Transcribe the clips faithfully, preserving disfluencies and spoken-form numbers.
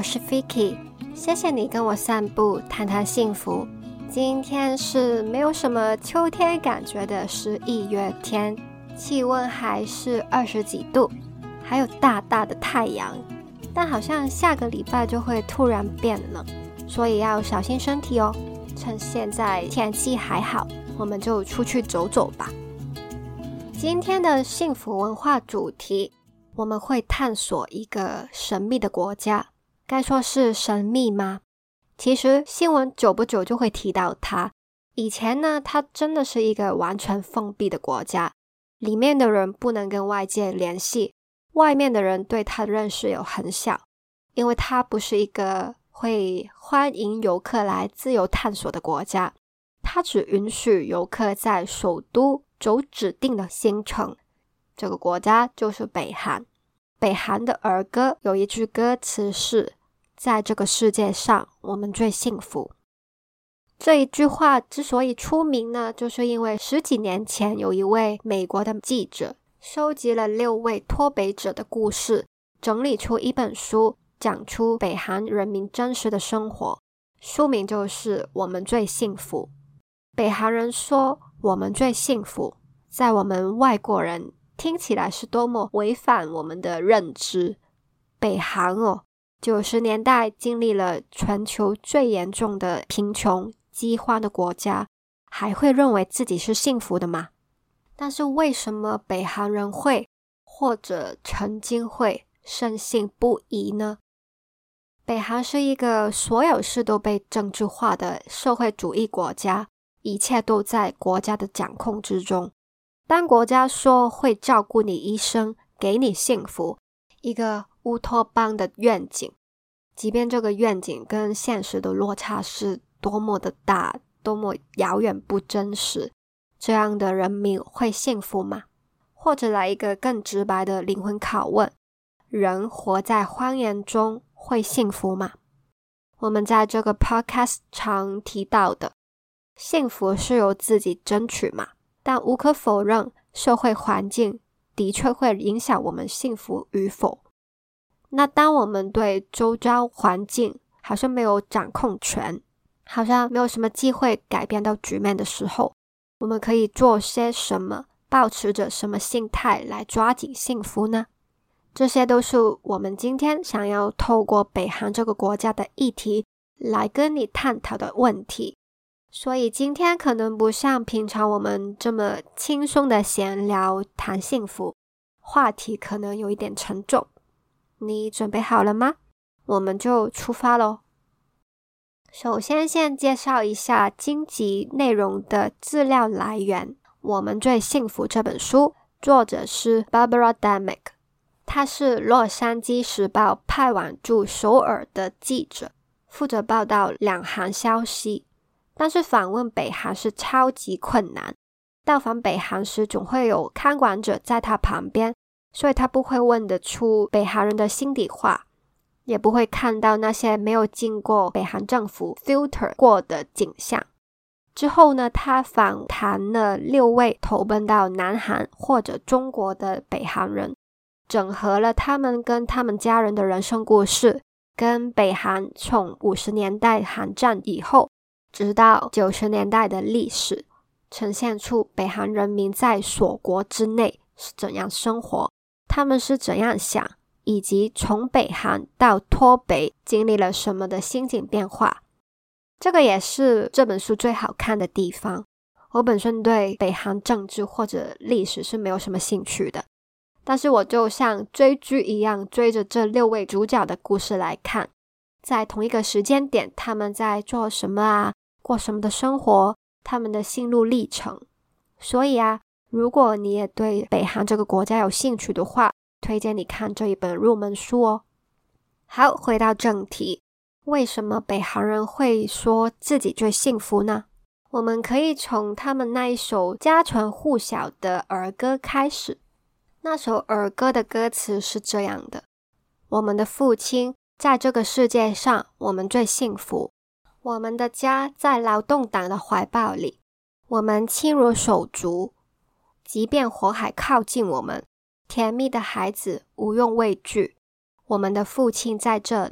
是 Vicky， 谢谢你跟我散步谈谈幸福。今天是没有什么秋天感觉的十一月天，气温还是二十几度，还有大大的太阳，但好像下个礼拜就会突然变冷，所以要小心身体哦。趁现在天气还好，我们就出去走走吧。今天的幸福文化主题，我们会探索一个神秘的国家。该说是神秘吗？其实新闻久不久就会提到它。以前呢，它真的是一个完全封闭的国家，里面的人不能跟外界联系，外面的人对它的认识有很小，因为它不是一个会欢迎游客来自由探索的国家，它只允许游客在首都走指定的行程。这个国家就是北韩。北韩的儿歌有一句歌词是，在这个世界上我们最幸福。这一句话之所以出名呢，就是因为十几年前有一位美国的记者收集了六位脱北者的故事，整理出一本书，讲出北韩人民真实的生活，书名就是我们最幸福。北韩人说我们最幸福，在我们外国人听起来是多么违反我们的认知。北韩哦，九十年代经历了全球最严重的贫穷饥荒的国家，还会认为自己是幸福的吗？但是为什么北韩人会或者曾经会深信不疑呢？北韩是一个所有事都被政治化的社会主义国家，一切都在国家的掌控之中。当国家说会照顾你一生，给你幸福，一个乌托邦的愿景，即便这个愿景跟现实的落差是多么的大，多么遥远不真实，这样的人民会幸福吗？或者来一个更直白的灵魂拷问，人活在荒原中会幸福吗？我们在这个 podcast 常提到的，幸福是由自己争取嘛，但无可否认，社会环境的确会影响我们幸福与否。那当我们对周遭环境好像没有掌控权，好像没有什么机会改变到局面的时候，我们可以做些什么，抱持着什么心态来抓紧幸福呢？这些都是我们今天想要透过北韩这个国家的议题来跟你探讨的问题。所以今天可能不像平常我们这么轻松的闲聊谈幸福，话题可能有一点沉重。你准备好了吗？我们就出发咯。首先先介绍一下今集内容的资料来源。我们最幸福这本书作者是 Barbara Damick， 她是洛杉矶时报派往驻首尔的记者，负责报道两韩消息。但是访问北韩是超级困难，到访北韩时总会有看管者在他旁边，所以他不会问得出北韩人的心底话，也不会看到那些没有经过北韩政府 filter 过的景象。之后呢，他访谈了六位投奔到南韩或者中国的北韩人，整合了他们跟他们家人的人生故事，跟北韩从五十年代韩战以后直到九十年代的历史，呈现出北韩人民在锁国之内是怎样生活，他们是怎样想，以及从北韩到脱北经历了什么的心境变化。这个也是这本书最好看的地方。我本身对北韩政治或者历史是没有什么兴趣的，但是我就像追剧一样，追着这六位主角的故事来看，在同一个时间点他们在做什么啊，过什么的生活，他们的心路历程。所以啊，如果你也对北韩这个国家有兴趣的话，推荐你看这一本入门书哦。好，回到正题，为什么北韩人会说自己最幸福呢？我们可以从他们那一首家传户晓的儿歌开始。那首儿歌的歌词是这样的：我们的父亲在这个世界上我们最幸福，我们的家在劳动党的怀抱里，我们亲如手足，即便火海靠近我们，甜蜜的孩子无用畏惧，我们的父亲在这里，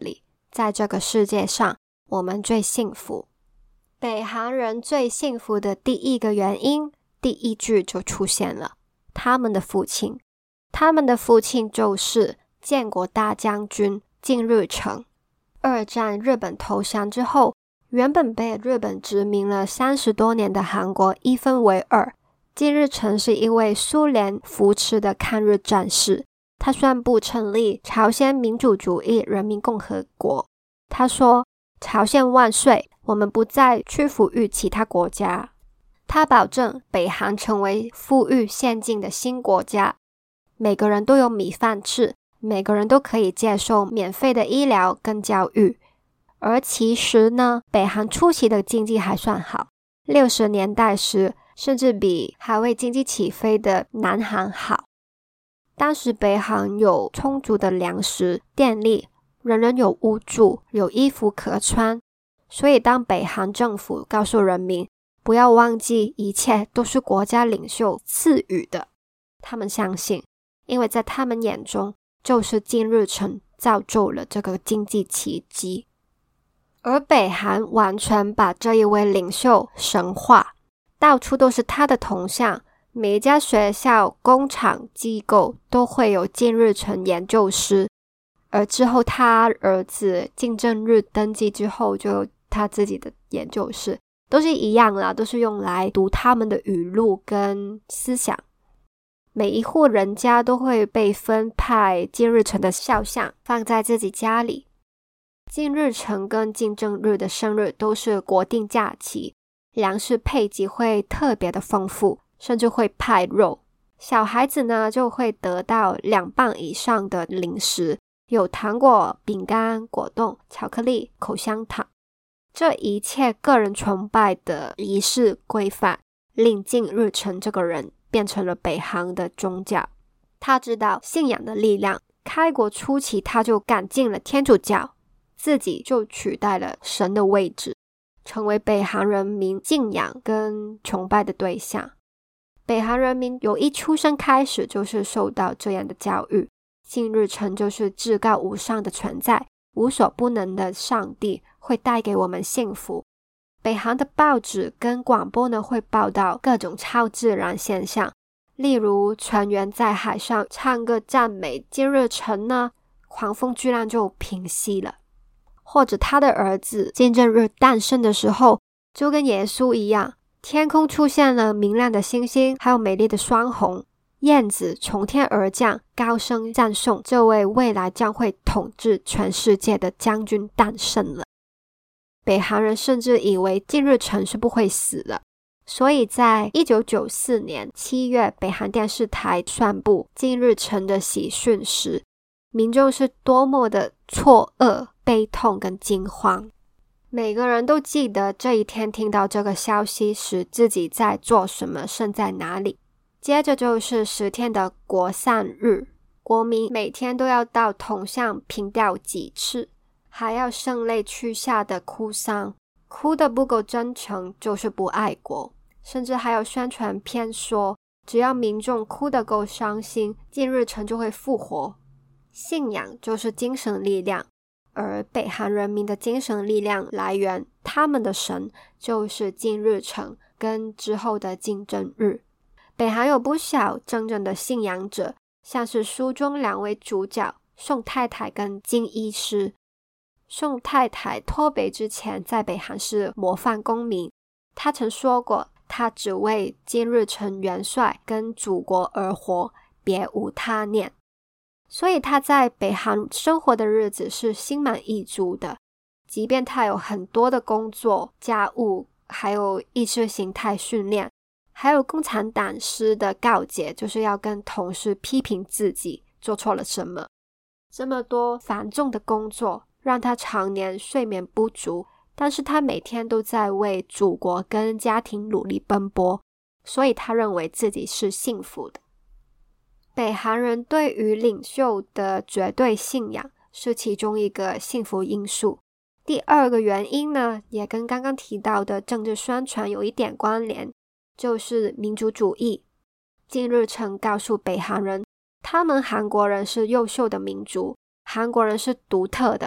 在这个世界上，我们最幸福。北韩人最幸福的第一个原因，第一句就出现了，他们的父亲。他们的父亲就是建国大将军金日成。二战日本投降之后，原本被日本殖民了三十多年的韩国一分为二。金日成是一位苏联扶持的抗日战士，他宣布成立朝鲜民主主义人民共和国。他说，朝鲜万岁，我们不再屈服于其他国家。他保证北韩成为富裕先进的新国家，每个人都有米饭吃，每个人都可以接受免费的医疗跟教育。而其实呢，北韩初期的经济还算好，六十年代时甚至比还未经济起飞的南韩好。当时北韩有充足的粮食、电力，人人有屋住，有衣服可穿。所以当北韩政府告诉人民不要忘记一切都是国家领袖赐予的，他们相信，因为在他们眼中就是金日成造就了这个经济奇迹。而北韩完全把这一位领袖神化，到处都是他的铜像，每一家学校、工厂、机构都会有金日成研究室。而之后他儿子金正日登基之后，就有他自己的研究室，都是一样啦，都是用来读他们的语录跟思想。每一户人家都会被分派金日成的肖像放在自己家里。金日成跟金正日的生日都是国定假期，粮食配给会特别的丰富，甚至会派肉。小孩子呢就会得到两磅以上的零食，有糖果、饼干、果冻、巧克力、口香糖。这一切个人崇拜的仪式规范，令金日成这个人变成了北韩的宗教。他知道信仰的力量，开国初期他就赶进了天主教，自己就取代了神的位置，成为北韩人民敬仰跟崇拜的对象。北韩人民由一出生开始就是受到这样的教育，金日成就是至高无上的存在，无所不能的上帝，会带给我们幸福。北韩的报纸跟广播呢会报道各种超自然现象，例如船员在海上唱歌赞美金日成呢，狂风居然就平息了。或者他的儿子金正日诞生的时候，就跟耶稣一样，天空出现了明亮的星星，还有美丽的双虹，燕子从天而降，高声赞颂这位未来将会统治全世界的将军诞生了。北韩人甚至以为金日成是不会死的，所以在一九九四年七月，北韩电视台宣布金日成的喜讯时，民众是多么的错愕、悲痛跟惊慌。每个人都记得这一天听到这个消息时自己在做什么，身在哪里。接着就是十天的国丧日，国民每天都要到铜像凭吊几次，还要声泪俱下的哭丧，哭得不够真诚就是不爱国。甚至还有宣传片说，只要民众哭得够伤心，金日成就会复活。信仰就是精神力量，而北韩人民的精神力量来源，他们的神就是金日成跟之后的金正日。北韩有不少真正的信仰者，像是书中两位主角宋太太跟金医师。宋太太脱北之前在北韩是模范公民，她曾说过，她只为金日成元帅跟祖国而活，别无他念。所以她在北韩生活的日子是心满意足的，即便她有很多的工作、家务，还有意识形态训练，还有共产党师的告诫，就是要跟同事批评自己做错了什么。这么多繁重的工作让他常年睡眠不足，但是他每天都在为祖国跟家庭努力奔波，所以他认为自己是幸福的。北韩人对于领袖的绝对信仰是其中一个幸福因素。第二个原因呢，也跟刚刚提到的政治宣传有一点关联，就是民族主义。金日成告诉北韩人，他们韩国人是优秀的民族，韩国人是独特的，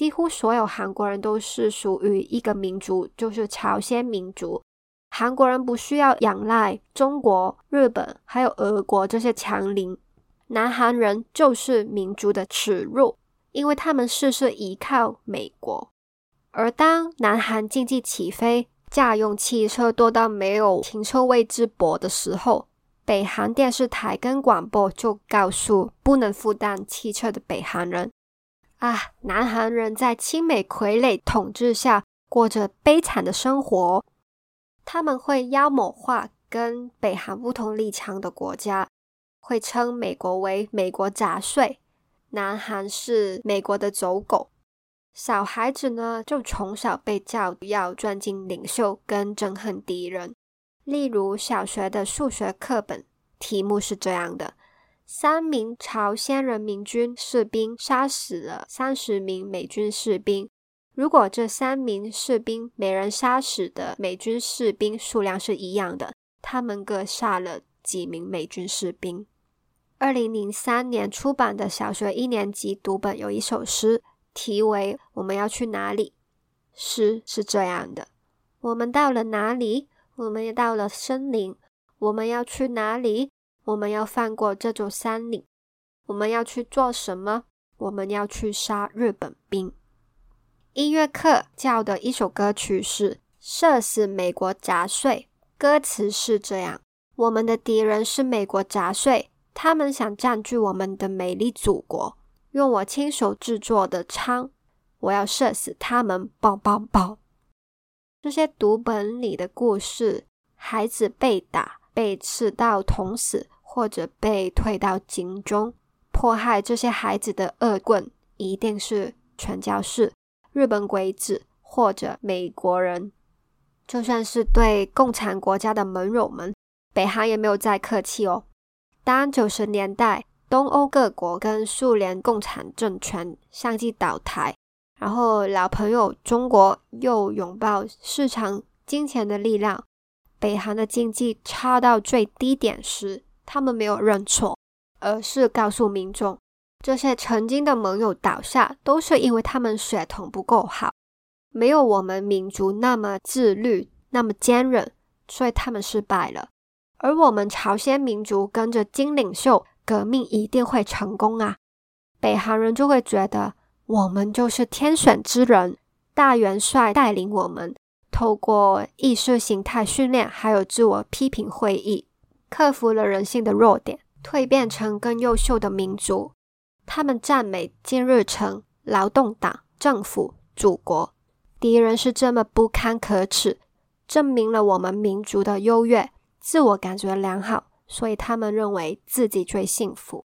几乎所有韩国人都是属于一个民族，就是朝鲜民族。韩国人不需要仰赖中国、日本还有俄国这些强邻，南韩人就是民族的耻辱，因为他们事事依靠美国。而当南韩经济起飞，家用汽车多到没有停车位之薄的时候，北韩电视台跟广播就告诉不能负担汽车的北韩人啊，南韩人在亲美傀儡统治下过着悲惨的生活。他们会妖魔化跟北韩不同立场的国家，会称美国为美国杂碎，南韩是美国的走狗。小孩子呢，就从小被教要尊敬领袖跟憎恨敌人。例如小学的数学课本题目是这样的：三名朝鲜人民军士兵杀死了三十名美军士兵，如果这三名士兵每人杀死的美军士兵数量是一样的，他们各杀了几名美军士兵。二零零三年出版的小学一年级读本有一首诗，题为《我们要去哪里》。诗是这样的：我们到了哪里？我们到了森林。我们要去哪里？我们要翻过这座山岭。我们要去做什么？我们要去杀日本兵。音乐课教的一首歌曲是《射死美国杂碎》，歌词是这样：我们的敌人是美国杂碎，他们想占据我们的美丽祖国，用我亲手制作的枪，我要射死他们，爆爆爆。这些读本里的故事，孩子被打、被刺到捅死，或者被推到井中，迫害这些孩子的恶棍一定是传教士、日本鬼子或者美国人。就算是对共产国家的盟友们，北韩也没有再客气哦。当九十年代东欧各国跟苏联共产政权相继倒台，然后老朋友中国又拥抱市场金钱的力量，北韩的经济差到最低点时，他们没有认错，而是告诉民众，这些曾经的盟友倒下都是因为他们血统不够好，没有我们民族那么自律，那么坚韧，所以他们失败了。而我们朝鲜民族跟着金领袖，革命一定会成功啊。北韩人就会觉得我们就是天选之人，大元帅带领我们，透过意识形态训练还有自我批评会议，克服了人性的弱点，蜕变成更优秀的民族。他们赞美金日成、劳动党、政府、祖国，敌人是这么不堪可耻，证明了我们民族的优越，自我感觉良好，所以他们认为自己最幸福。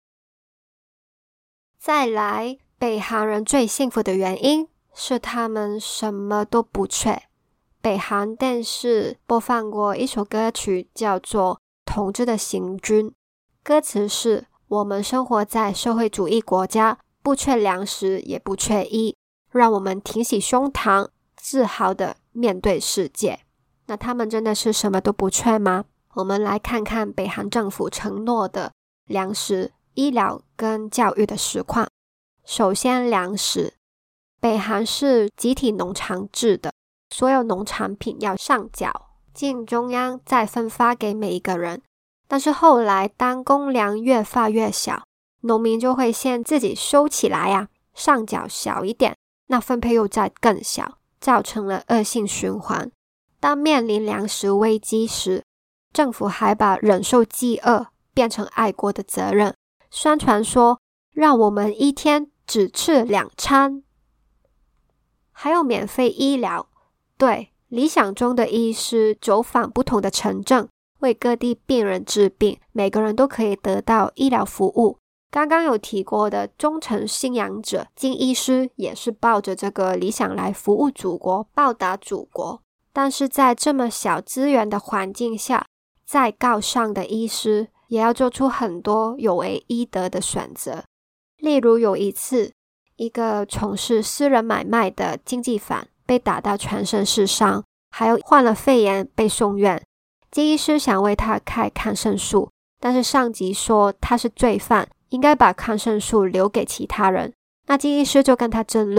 再来，北韩人最幸福的原因是他们什么都不缺。北韩电视播放过一首歌曲，叫做《统治的行军》，歌词是：我们生活在社会主义国家，不缺粮食也不缺衣，让我们挺起胸膛，自豪地面对世界。那他们真的是什么都不缺吗？我们来看看北韩政府承诺的粮食、医疗跟教育的实况。首先，粮食。北韩是集体农场制的，所有农产品要上缴进中央，再分发给每一个人。但是后来当公粮越发越小，农民就会先自己收起来啊，上缴小一点，那分配又再更小，造成了恶性循环。当面临粮食危机时，政府还把忍受饥饿变成爱国的责任，宣传说让我们一天只吃两餐。还有免费医疗，对，理想中的医师走访不同的城镇，为各地病人治病，每个人都可以得到医疗服务。刚刚有提过的忠诚信仰者金医师也是抱着这个理想来服务祖国，报答祖国。但是在这么小资源的环境下，再高尚的医师也要做出很多有违医德的选择。例如有一次，一个从事私人买卖的经济犯被打到全身是伤，还有患了肺炎被送院。金医师想为他开抗生素，但是上级说他是罪犯，应该把抗生素留给其他人。那金医师就跟他争论，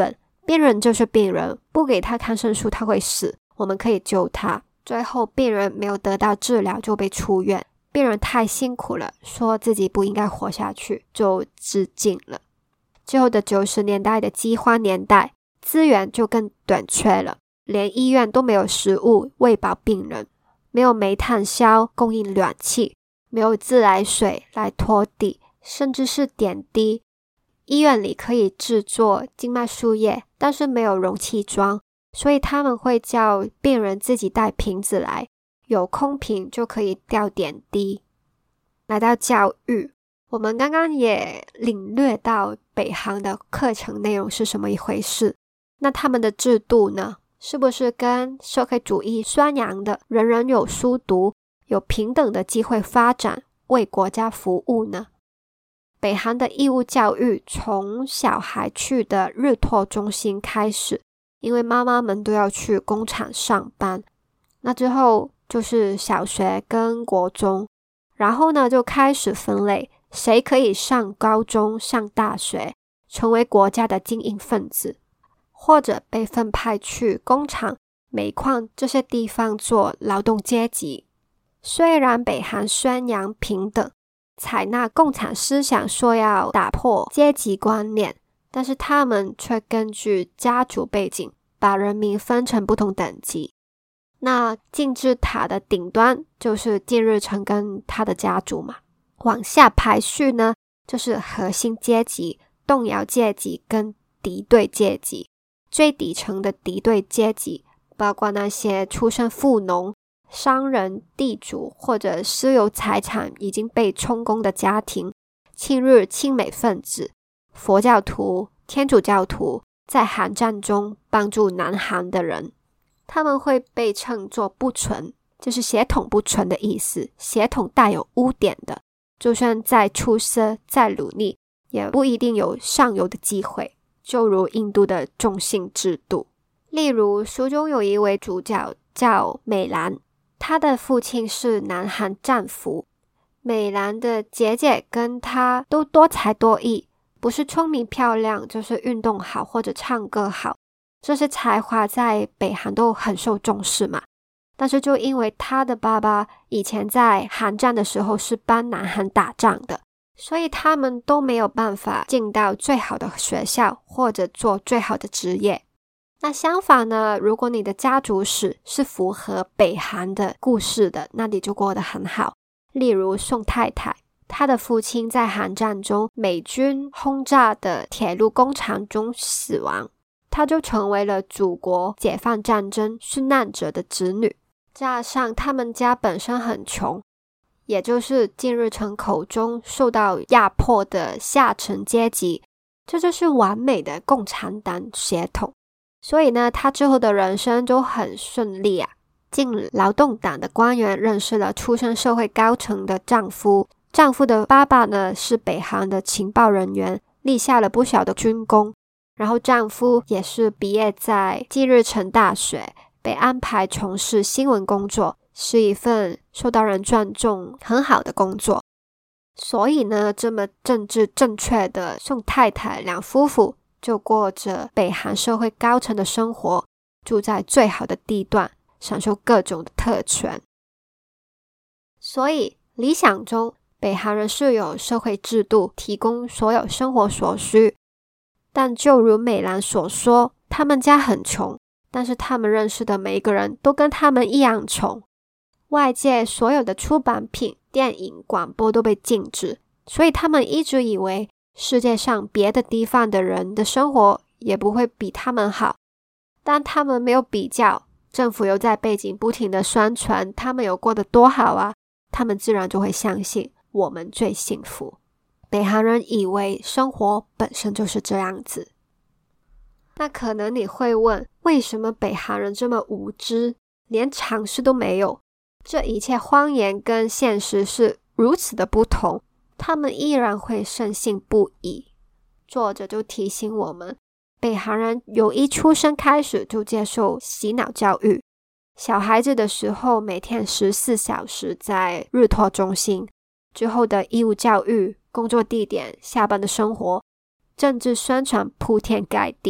病人就是病人，不给他抗生素他会死，我们可以救他。最后病人没有得到治疗就被出院，病人太辛苦了，说自己不应该活下去，就自尽了。之后的九十年代的饥荒年代，资源就更短缺了，连医院都没有食物喂饱病人，没有煤炭烧供应暖气，没有自来水来拖地，甚至是点滴。医院里可以制作静脉输液，但是没有容器装，所以他们会叫病人自己带瓶子来，有空瓶就可以吊点滴。来到教育，我们刚刚也领略到北韩的课程内容是什么一回事。那他们的制度呢，是不是跟社会主义宣扬的人人有书读，有平等的机会发展，为国家服务呢？北韩的义务教育从小孩去的日托中心开始，因为妈妈们都要去工厂上班。那之后就是小学跟国中，然后呢就开始分类，谁可以上高中上大学，成为国家的精英分子，或者被分派去工厂煤矿这些地方做劳动阶级。虽然北韩宣扬平等，采纳共产思想，说要打破阶级观念，但是他们却根据家族背景把人民分成不同等级。那金字塔的顶端就是金日成跟他的家族嘛，往下排序呢就是核心阶级、动摇阶级跟敌对阶级。最底层的敌对阶级包括那些出身富农、商人、地主或者私有财产已经被充公的家庭，亲日亲美分子，佛教徒、天主教徒，在韩战中帮助南韩的人。他们会被称作不纯，就是血统不纯的意思，血统带有污点的，就算再出色再努力，也不一定有上游的机会，就如印度的种姓制度。例如书中有一位主角叫美兰，他的父亲是南韩战俘。美兰的姐姐跟他都多才多艺，不是聪明漂亮，就是运动好或者唱歌好，这些才华在北韩都很受重视嘛。但是就因为他的爸爸以前在韩战的时候是帮南韩打仗的，所以他们都没有办法进到最好的学校或者做最好的职业。那相反呢，如果你的家族史是符合北韩的故事的，那你就过得很好。例如宋太太，她的父亲在韩战中美军轰炸的铁路工厂中死亡，她就成为了祖国解放战争殉难者的子女。加上他们家本身很穷，也就是金日成口中受到压迫的下层阶级，这就是完美的共产党血统。所以呢，他之后的人生就很顺利啊。进劳动党的官员认识了出身社会高层的丈夫，丈夫的爸爸呢是北韩的情报人员，立下了不小的军功。然后丈夫也是毕业在金日成大学，被安排从事新闻工作，是一份受到人尊重很好的工作。所以呢，这么政治正确的宋太太两夫妇就过着北韩社会高层的生活，住在最好的地段，享受各种的特权。所以理想中北韩人是有社会制度提供所有生活所需，但就如美兰所说，他们家很穷，但是他们认识的每一个人都跟他们一样穷。外界所有的出版品、电影、广播都被禁止，所以他们一直以为世界上别的地方的人的生活也不会比他们好。但他们没有比较，政府又在背景不停的宣传他们有过得多好啊，他们自然就会相信我们最幸福。北韩人以为生活本身就是这样子。那可能你会问，为什么北韩人这么无知，连常识都没有？这一切谎言跟现实是如此的不同，他们依然会深信不疑。作者就提醒我们，北韩人由一出生开始就接受洗脑教育，小孩子的时候每天十四小时在日托中心，之后的义务教育、工作地点、下班的生活，政治宣传铺天盖地。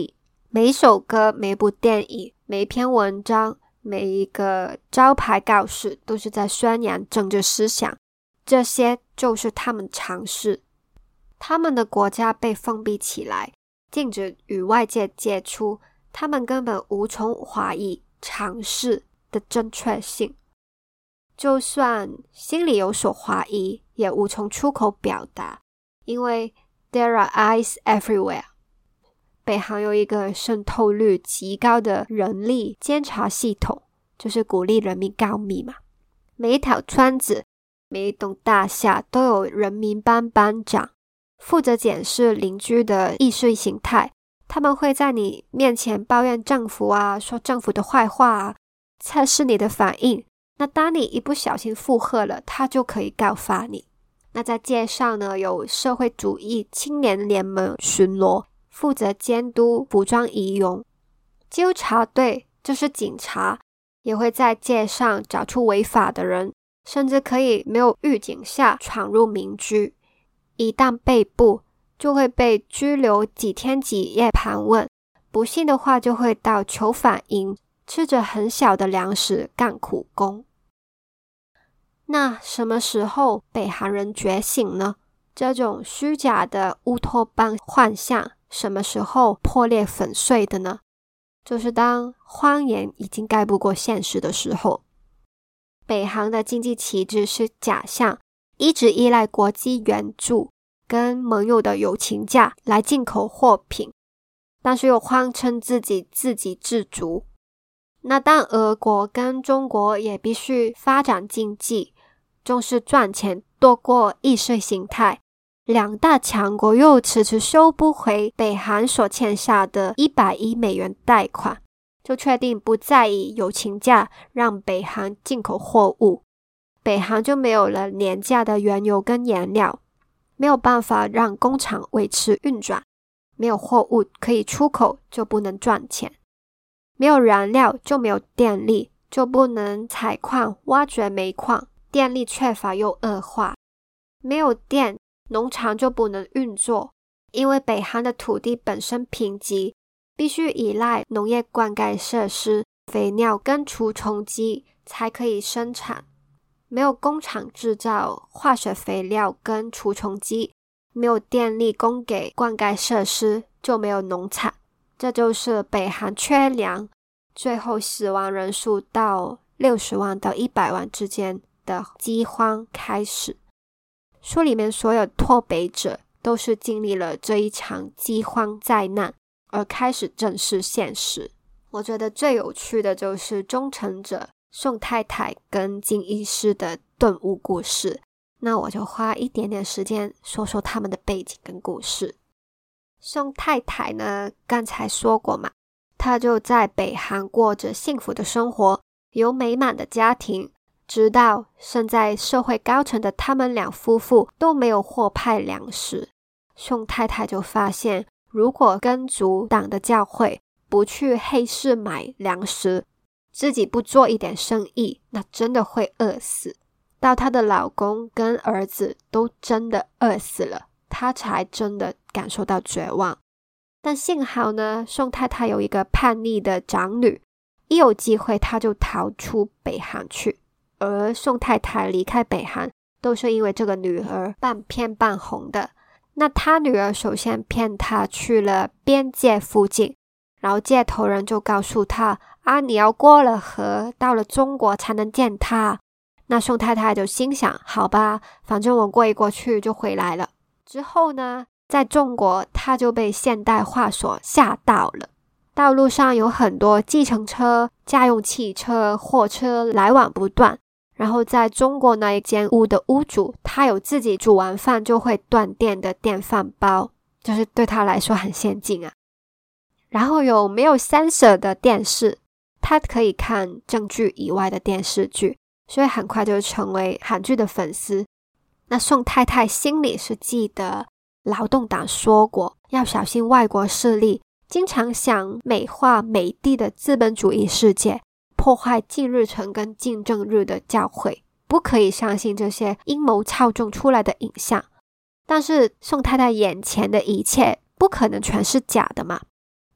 每一首歌、每一部电影、每一篇文章、每一个招牌告示都是在宣扬政治思想，这些就是他们尝试。他们的国家被封闭起来，禁止与外界接触，他们根本无从怀疑尝试的正确性。就算心里有所怀疑，也无从出口表达，因为 there are eyes everywhere。 北韩有一个渗透率极高的人力监察系统，就是鼓励人民告密嘛。每一条村子、每一栋大厦都有人民班班长，负责检视邻居的意识形态。他们会在你面前抱怨政府啊，说政府的坏话啊，测试你的反应。那当你一不小心附和了，他就可以告发你。那在街上呢，有社会主义青年联盟巡逻，负责监督服装仪容。纠察队就是警察，也会在街上找出违法的人，甚至可以没有预警下闯入民居。一旦被捕，就会被拘留几天几夜盘问，不幸的话就会到囚反营，吃着很小的粮食干苦工。那什么时候北韩人觉醒呢？这种虚假的乌托邦幻象什么时候破裂粉碎的呢？就是当谎言已经盖不过现实的时候。北韩的经济旗帜是假象，一直依赖国际援助跟盟友的友情价来进口货品，但是又谎称自己自给自足。那当俄国跟中国也必须发展经济，重视赚钱多过意识形态，两大强国又迟迟收不回北韩所欠下的一百亿美元贷款，就确定不再以友情价让北韩进口货物。北韩就没有了廉价的原油跟原料，没有办法让工厂维持运转，没有货物可以出口就不能赚钱，没有燃料就没有电力，就不能采矿挖掘煤矿，电力缺乏又恶化，没有电，农场就不能运作，因为北韩的土地本身贫瘠，必须依赖农业灌溉设施、肥料跟除虫机才可以生产。没有工厂制造化学肥料跟除虫机，没有电力供给灌溉设施，就没有农产。这就是北韩缺粮，最后死亡人数到六十万到一百万之间的饥荒开始。书里面所有脱北者都是经历了这一场饥荒灾难而开始正视现实。我觉得最有趣的就是忠诚者宋太太跟金医师的顿悟故事，那我就花一点点时间说说他们的背景跟故事。宋太太呢，刚才说过嘛，她就在北韩过着幸福的生活，有美满的家庭，直到身在社会高层的他们两夫妇都没有获派粮食。宋太太就发现，如果跟足党的教诲，不去黑市买粮食，自己不做一点生意，那真的会饿死。到她的老公跟儿子都真的饿死了，她才真的感受到绝望。但幸好呢，宋太太有一个叛逆的长女，一有机会她就逃出北韩去。而宋太太离开北韩都是因为这个女儿半骗半哄的。那她女儿首先骗她去了边界附近，然后接头人就告诉她啊，你要过了河，到了中国才能见他。那宋太太就心想，好吧，反正我过一过去就回来了。之后呢，在中国她就被现代化所吓到了。道路上有很多计程车、家用汽车、货车来往不断。然后在中国那一间屋的屋主，他有自己煮完饭就会断电的电饭煲，就是对他来说很先进啊。然后有没有三色的电视，他可以看正剧以外的电视剧，所以很快就成为韩剧的粉丝。那宋太太心里是记得劳动党说过，要小心外国势力经常想美化美帝的资本主义世界，破坏净日成跟净正日的教诲，不可以相信这些阴谋操纵出来的影像。但是宋太太眼前的一切不可能全是假的嘛，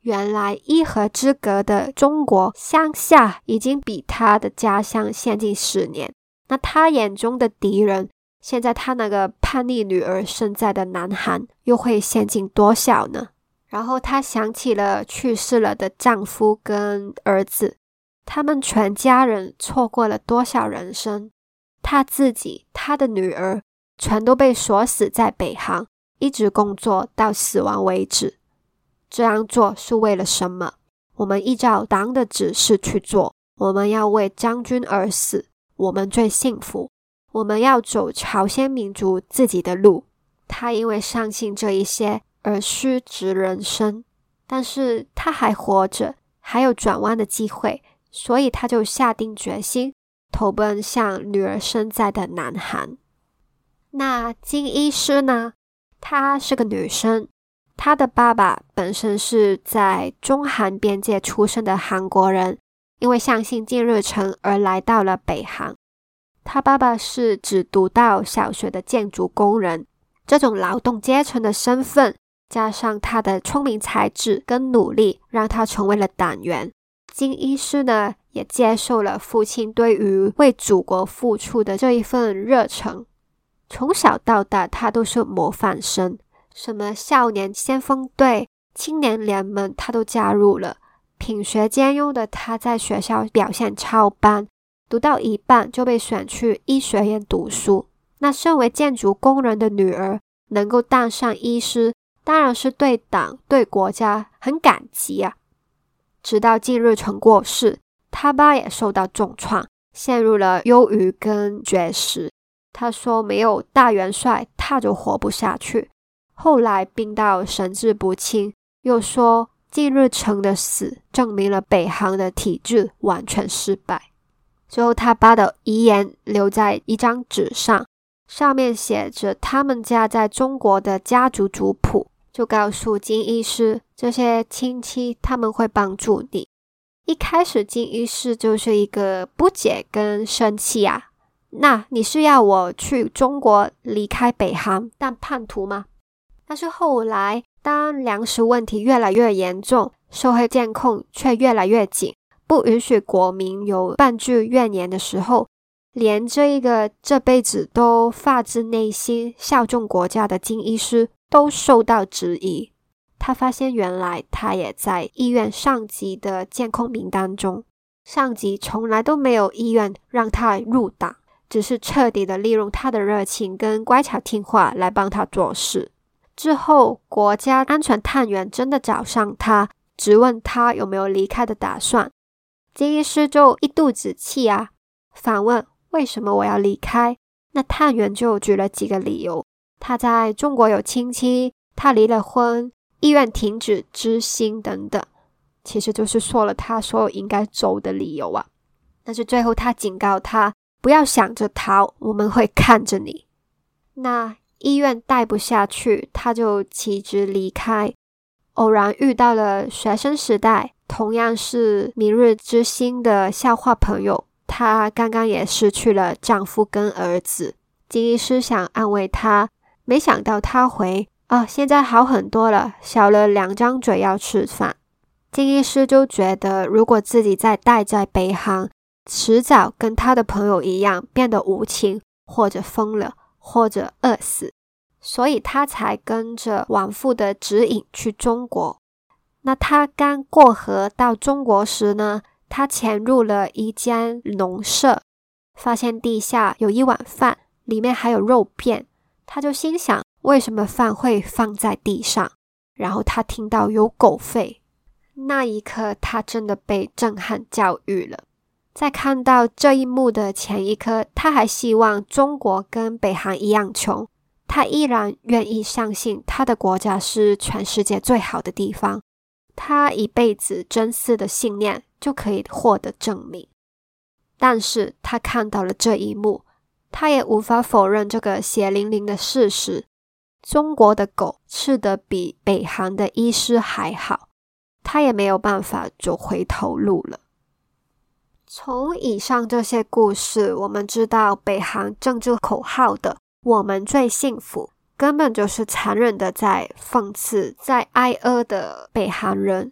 原来一河之隔的中国乡下已经比他的家乡先进十年。那他眼中的敌人，现在他那个叛逆女儿身在的南韩又会先进多少呢？然后他想起了去世了的丈夫跟儿子，他们全家人错过了多少人生。他自己，他的女儿全都被锁死在北韩，一直工作到死亡为止。这样做是为了什么？我们依照党的指示去做，我们要为将军而死，我们最幸福，我们要走朝鲜民族自己的路。他因为相信这一些而失职人生，但是他还活着，还有转弯的机会，所以他就下定决心投奔向女儿身在的南韩。那金医师呢？她是个女生，她的爸爸本身是在中韩边界出生的韩国人，因为相信金日成而来到了北韩。他爸爸是只读到小学的建筑工人，这种劳动阶层的身份，加上他的聪明才智跟努力，让他成为了党员。金医师呢，也接受了父亲对于为祖国付出的这一份热忱。从小到大，他都是模范生，什么少年先锋队、青年联盟他都加入了。品学兼优的他在学校表现超班，读到一半就被选去医学院读书。那身为建筑工人的女儿能够当上医师，当然是对党对国家很感激啊。直到金日成过世，他爸也受到重创，陷入了忧郁跟绝食。他说没有大元帅他就活不下去，后来病到神志不清，又说金日成的死证明了北韩的体制完全失败。最后他爸的遗言留在一张纸上，上面写着他们家在中国的家族族谱，就告诉金医师这些亲戚他们会帮助你。一开始金医师就是一个不解跟生气啊，那你是要我去中国离开北韩当叛徒吗？但是后来当粮食问题越来越严重，社会监控却越来越紧，不允许国民有半句怨言的时候，连这一个这辈子都发自内心效忠国家的金医师都受到质疑。他发现原来他也在医院上级的监控名单中，上级从来都没有意愿让他入党，只是彻底的利用他的热情跟乖巧听话来帮他做事。之后国家安全探员真的找上他，质问他有没有离开的打算。金医师就一肚子气啊，反问为什么我要离开？那探员就举了几个理由，他在中国有亲戚，他离了婚，医院停止支薪等等，其实就是说了他所有应该走的理由啊。但是最后他警告他不要想着逃，我们会看着你。那医院待不下去，他就辞职离开，偶然遇到了学生时代同样是明日之星的校花朋友，她刚刚也失去了丈夫跟儿子。金医师想安慰她，没想到她回啊，现在好很多了，少了两张嘴要吃饭。金医师就觉得如果自己再待在北韩，迟早跟他的朋友一样变得无情，或者疯了，或者饿死，所以他才跟着亡父的指引去中国。那他刚过河到中国时呢，他潜入了一间农舍，发现地下有一碗饭，里面还有肉片，他就心想为什么饭会放在地上，然后他听到有狗吠，那一刻他真的被震撼教育了。在看到这一幕的前一刻，他还希望中国跟北韩一样穷，他依然愿意相信他的国家是全世界最好的地方，他一辈子珍视的信念就可以获得证明。但是他看到了这一幕，他也无法否认这个血淋淋的事实，中国的狗吃得比北韩的医师还好，他也没有办法走回头路了。从以上这些故事，我们知道北韩政治口号的我们最幸福，根本就是残忍的在讽刺在挨饿的北韩人。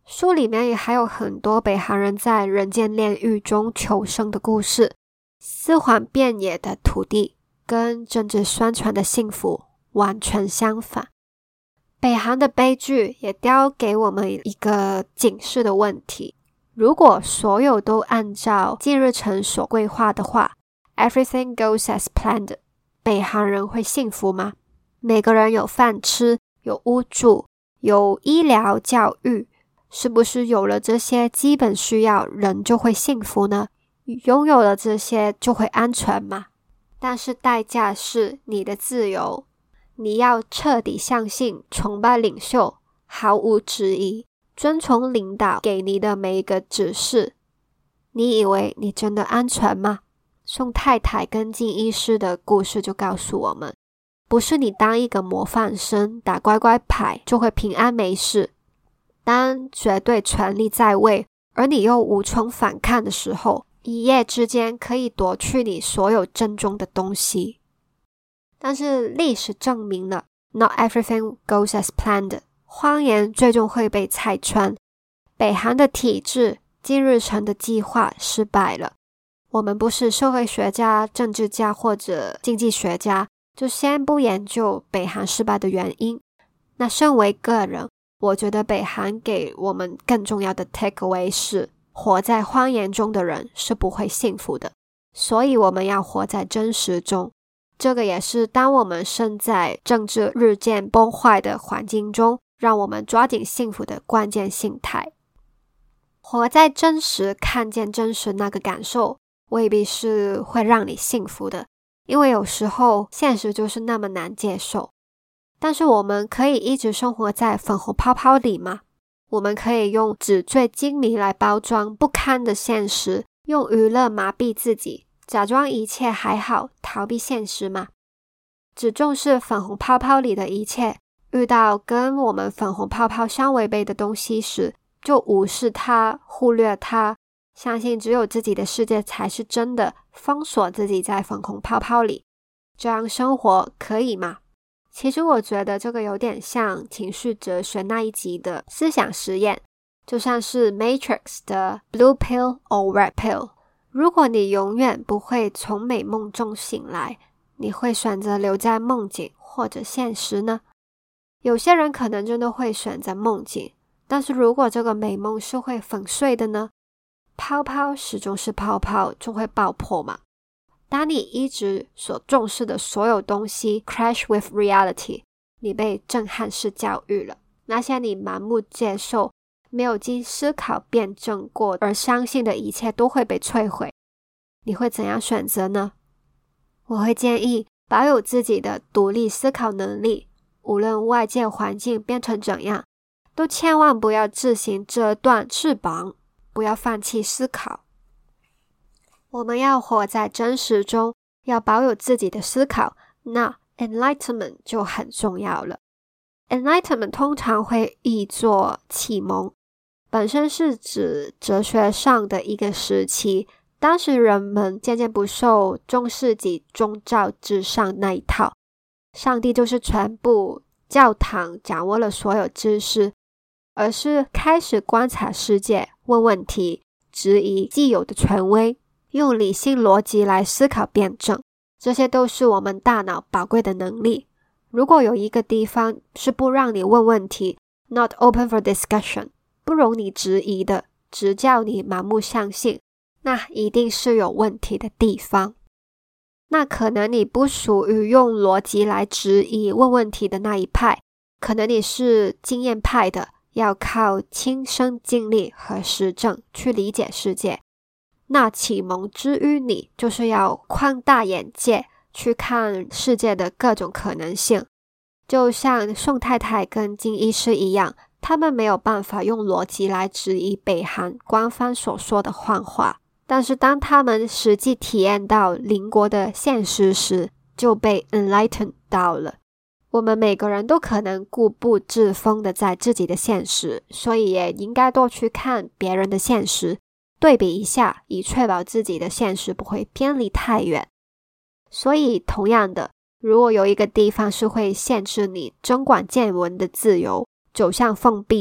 书里面也还有很多北韩人在人间炼狱中求生的故事。四环遍野的土地跟政治宣传的幸福完全相反。北韩的悲剧也叼给我们一个警示的问题，如果所有都按照金日成所规划的话， Everything goes as planned， 北韩人会幸福吗？每个人有饭吃，有屋住，有医疗教育，是不是有了这些基本需要，人就会幸福呢？拥有了这些就会安全吗？但是代价是你的自由，你要彻底相信，崇拜领袖，毫无质疑，遵从领导给你的每一个指示。你以为你真的安全吗？宋太太跟金医师的故事就告诉我们，不是你当一个模范生，打乖乖牌就会平安没事。当绝对权力在位，而你又无从反抗的时候，一夜之间可以夺去你所有珍重的东西。但是历史证明了 Not everything goes as planned， 谎言最终会被拆穿。北韩的体制，金日成的计划失败了。我们不是社会学家、政治家或者经济学家，就先不研究北韩失败的原因。那身为个人，我觉得北韩给我们更重要的 takeaway 是，活在谎言中的人是不会幸福的，所以我们要活在真实中。这个也是当我们身在政治日渐崩坏的环境中，让我们抓紧幸福的关键心态。活在真实，看见真实那个感受，未必是会让你幸福的，因为有时候现实就是那么难接受。但是我们可以一直生活在粉红泡泡里吗？我们可以用纸醉金迷来包装不堪的现实，用娱乐麻痹自己，假装一切还好，逃避现实吗？只重视粉红泡泡里的一切，遇到跟我们粉红泡泡相违背的东西时，就无视它，忽略它，相信只有自己的世界才是真的，封锁自己在粉红泡泡里，这样生活可以吗？其实我觉得这个有点像情绪哲学那一集的思想实验，就像是 Matrix 的 Blue Pill or Red Pill。 如果你永远不会从美梦中醒来，你会选择留在梦境或者现实呢？有些人可能真的会选择梦境，但是如果这个美梦是会粉碎的呢？泡泡始终是泡泡，就会爆破嘛。当你一直所重视的所有东西 crash with reality， 你被震撼式教育了，那些你盲目接受，没有经思考辩证过而相信的一切都会被摧毁，你会怎样选择呢？我会建议保有自己的独立思考能力，无论外界环境变成怎样，都千万不要自行折断翅膀，不要放弃思考。我们要活在真实中，要保有自己的思考，那 enlightenment 就很重要了。Enlightenment 通常会译作启蒙，本身是指哲学上的一个时期，当时人们渐渐不受中世纪宗教至上那一套，上帝就是全部，教堂掌握了所有知识，而是开始观察世界，问问题，质疑既有的权威，用理性逻辑来思考辩证，这些都是我们大脑宝贵的能力。如果有一个地方是不让你问问题 not open for discussion， 不容你质疑的，只叫你盲目相信，那一定是有问题的地方。那可能你不属于用逻辑来质疑问问题的那一派，可能你是经验派的，要靠亲身经历和实证去理解世界。那启蒙之于你，就是要宽大眼界，去看世界的各种可能性。就像宋太太跟金医师一样，他们没有办法用逻辑来质疑北韩官方所说的谎话，但是当他们实际体验到邻国的现实时，就被 enlightened 到了。我们每个人都可能固步自封的在自己的现实，所以也应该多去看别人的现实，对比一下，以确保自己的现实不会偏离太远。所以同样的，如果有一个地方是会限制你增广见闻的自由，走向封闭的，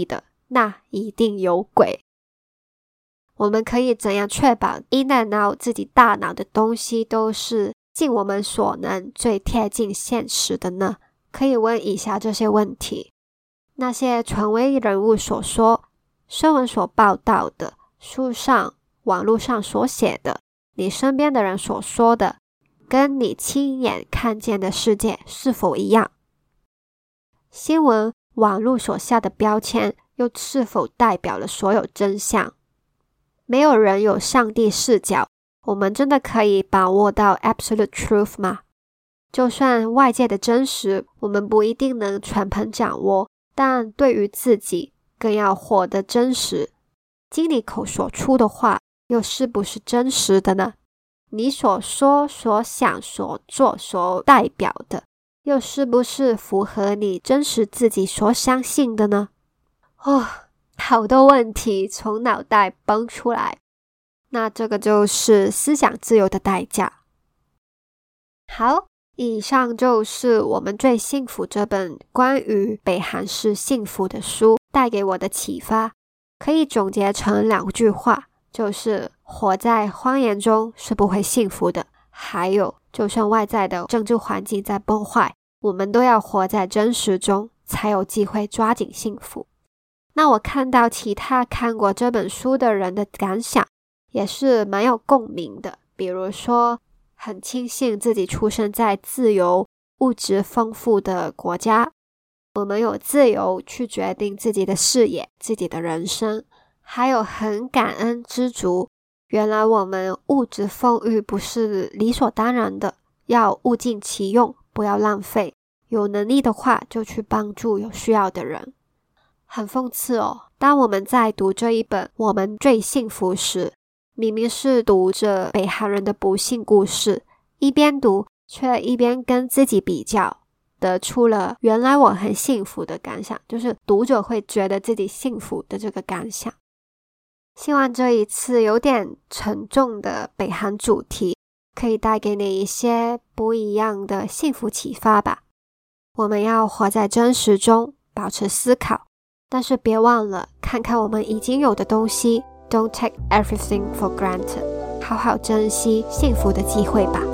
那一定有鬼。我们可以怎样确保 in and out 自己大脑的东西都是尽我们所能最贴近现实的呢？可以问以下这些问题。那些权威人物所说，新闻所报道的，书上、网络上所写的，你身边的人所说的，跟你亲眼看见的世界是否一样？新闻、网络所下的标签又是否代表了所有真相？没有人有上帝视角，我们真的可以把握到 absolute truth 吗？就算外界的真实，我们不一定能全盘掌握，但对于自己更要活得真实。经你口所出的话，又是不是真实的呢？你所说、所想、所做、所代表的，又是不是符合你真实自己所相信的呢？哦，好多问题从脑袋蹦出来，那这个就是思想自由的代价。好，以上就是我们最幸福这本关于北韩式幸福的书带给我的启发，可以总结成两句话，就是活在谎言中是不会幸福的，还有就算外在的政治环境在崩坏，我们都要活在真实中，才有机会抓紧幸福。那我看到其他看过这本书的人的感想也是蛮有共鸣的，比如说很庆幸自己出生在自由、物质丰富的国家，我们有自由去决定自己的事业、自己的人生，还有很感恩知足，原来我们物质丰裕不是理所当然的，要物尽其用，不要浪费，有能力的话就去帮助有需要的人。很讽刺哦，当我们在读这一本《我们最幸福》时，明明是读着北韩人的不幸故事，一边读却一边跟自己比较，得出了原来我很幸福的感想，就是读者会觉得自己幸福的这个感想。希望这一次有点沉重的北韩主题可以带给你一些不一样的幸福启发吧。我们要活在真实中，保持思考，但是别忘了看看我们已经有的东西， Don't take everything for granted， 好好珍惜幸福的机会吧。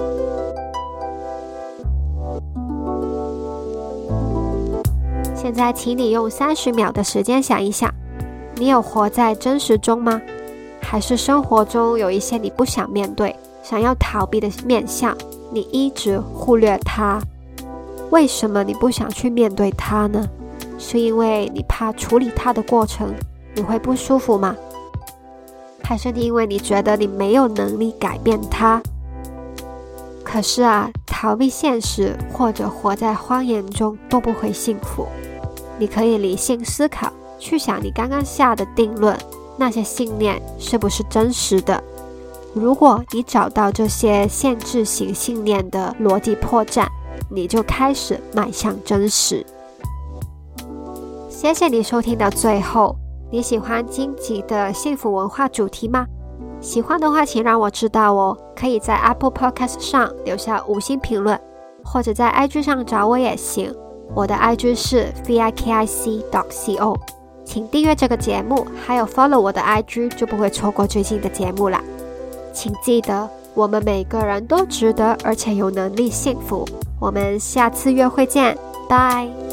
现在请你用三十秒的时间想一想，你有活在真实中吗？还是生活中有一些你不想面对、想要逃避的面向，你一直忽略它？为什么你不想去面对它呢？是因为你怕处理它的过程你会不舒服吗？还是因为你觉得你没有能力改变它？可是啊，逃避现实或者活在谎言中都不会幸福。你可以理性思考，去想你刚刚下的定论，那些信念是不是真实的？如果你找到这些限制型信念的逻辑破绽，你就开始迈向真实。谢谢你收听到最后，你喜欢今集的幸福文化主题吗？喜欢的话请让我知道哦，可以在 Apple Podcast 上留下五星评论，或者在 I G 上找我也行，我的 I G 是 vikic dot co， 请订阅这个节目，还有 follow 我的 I G， 就不会错过最新的节目啦。请记得，我们每个人都值得而且有能力幸福。我们下次约会见，拜。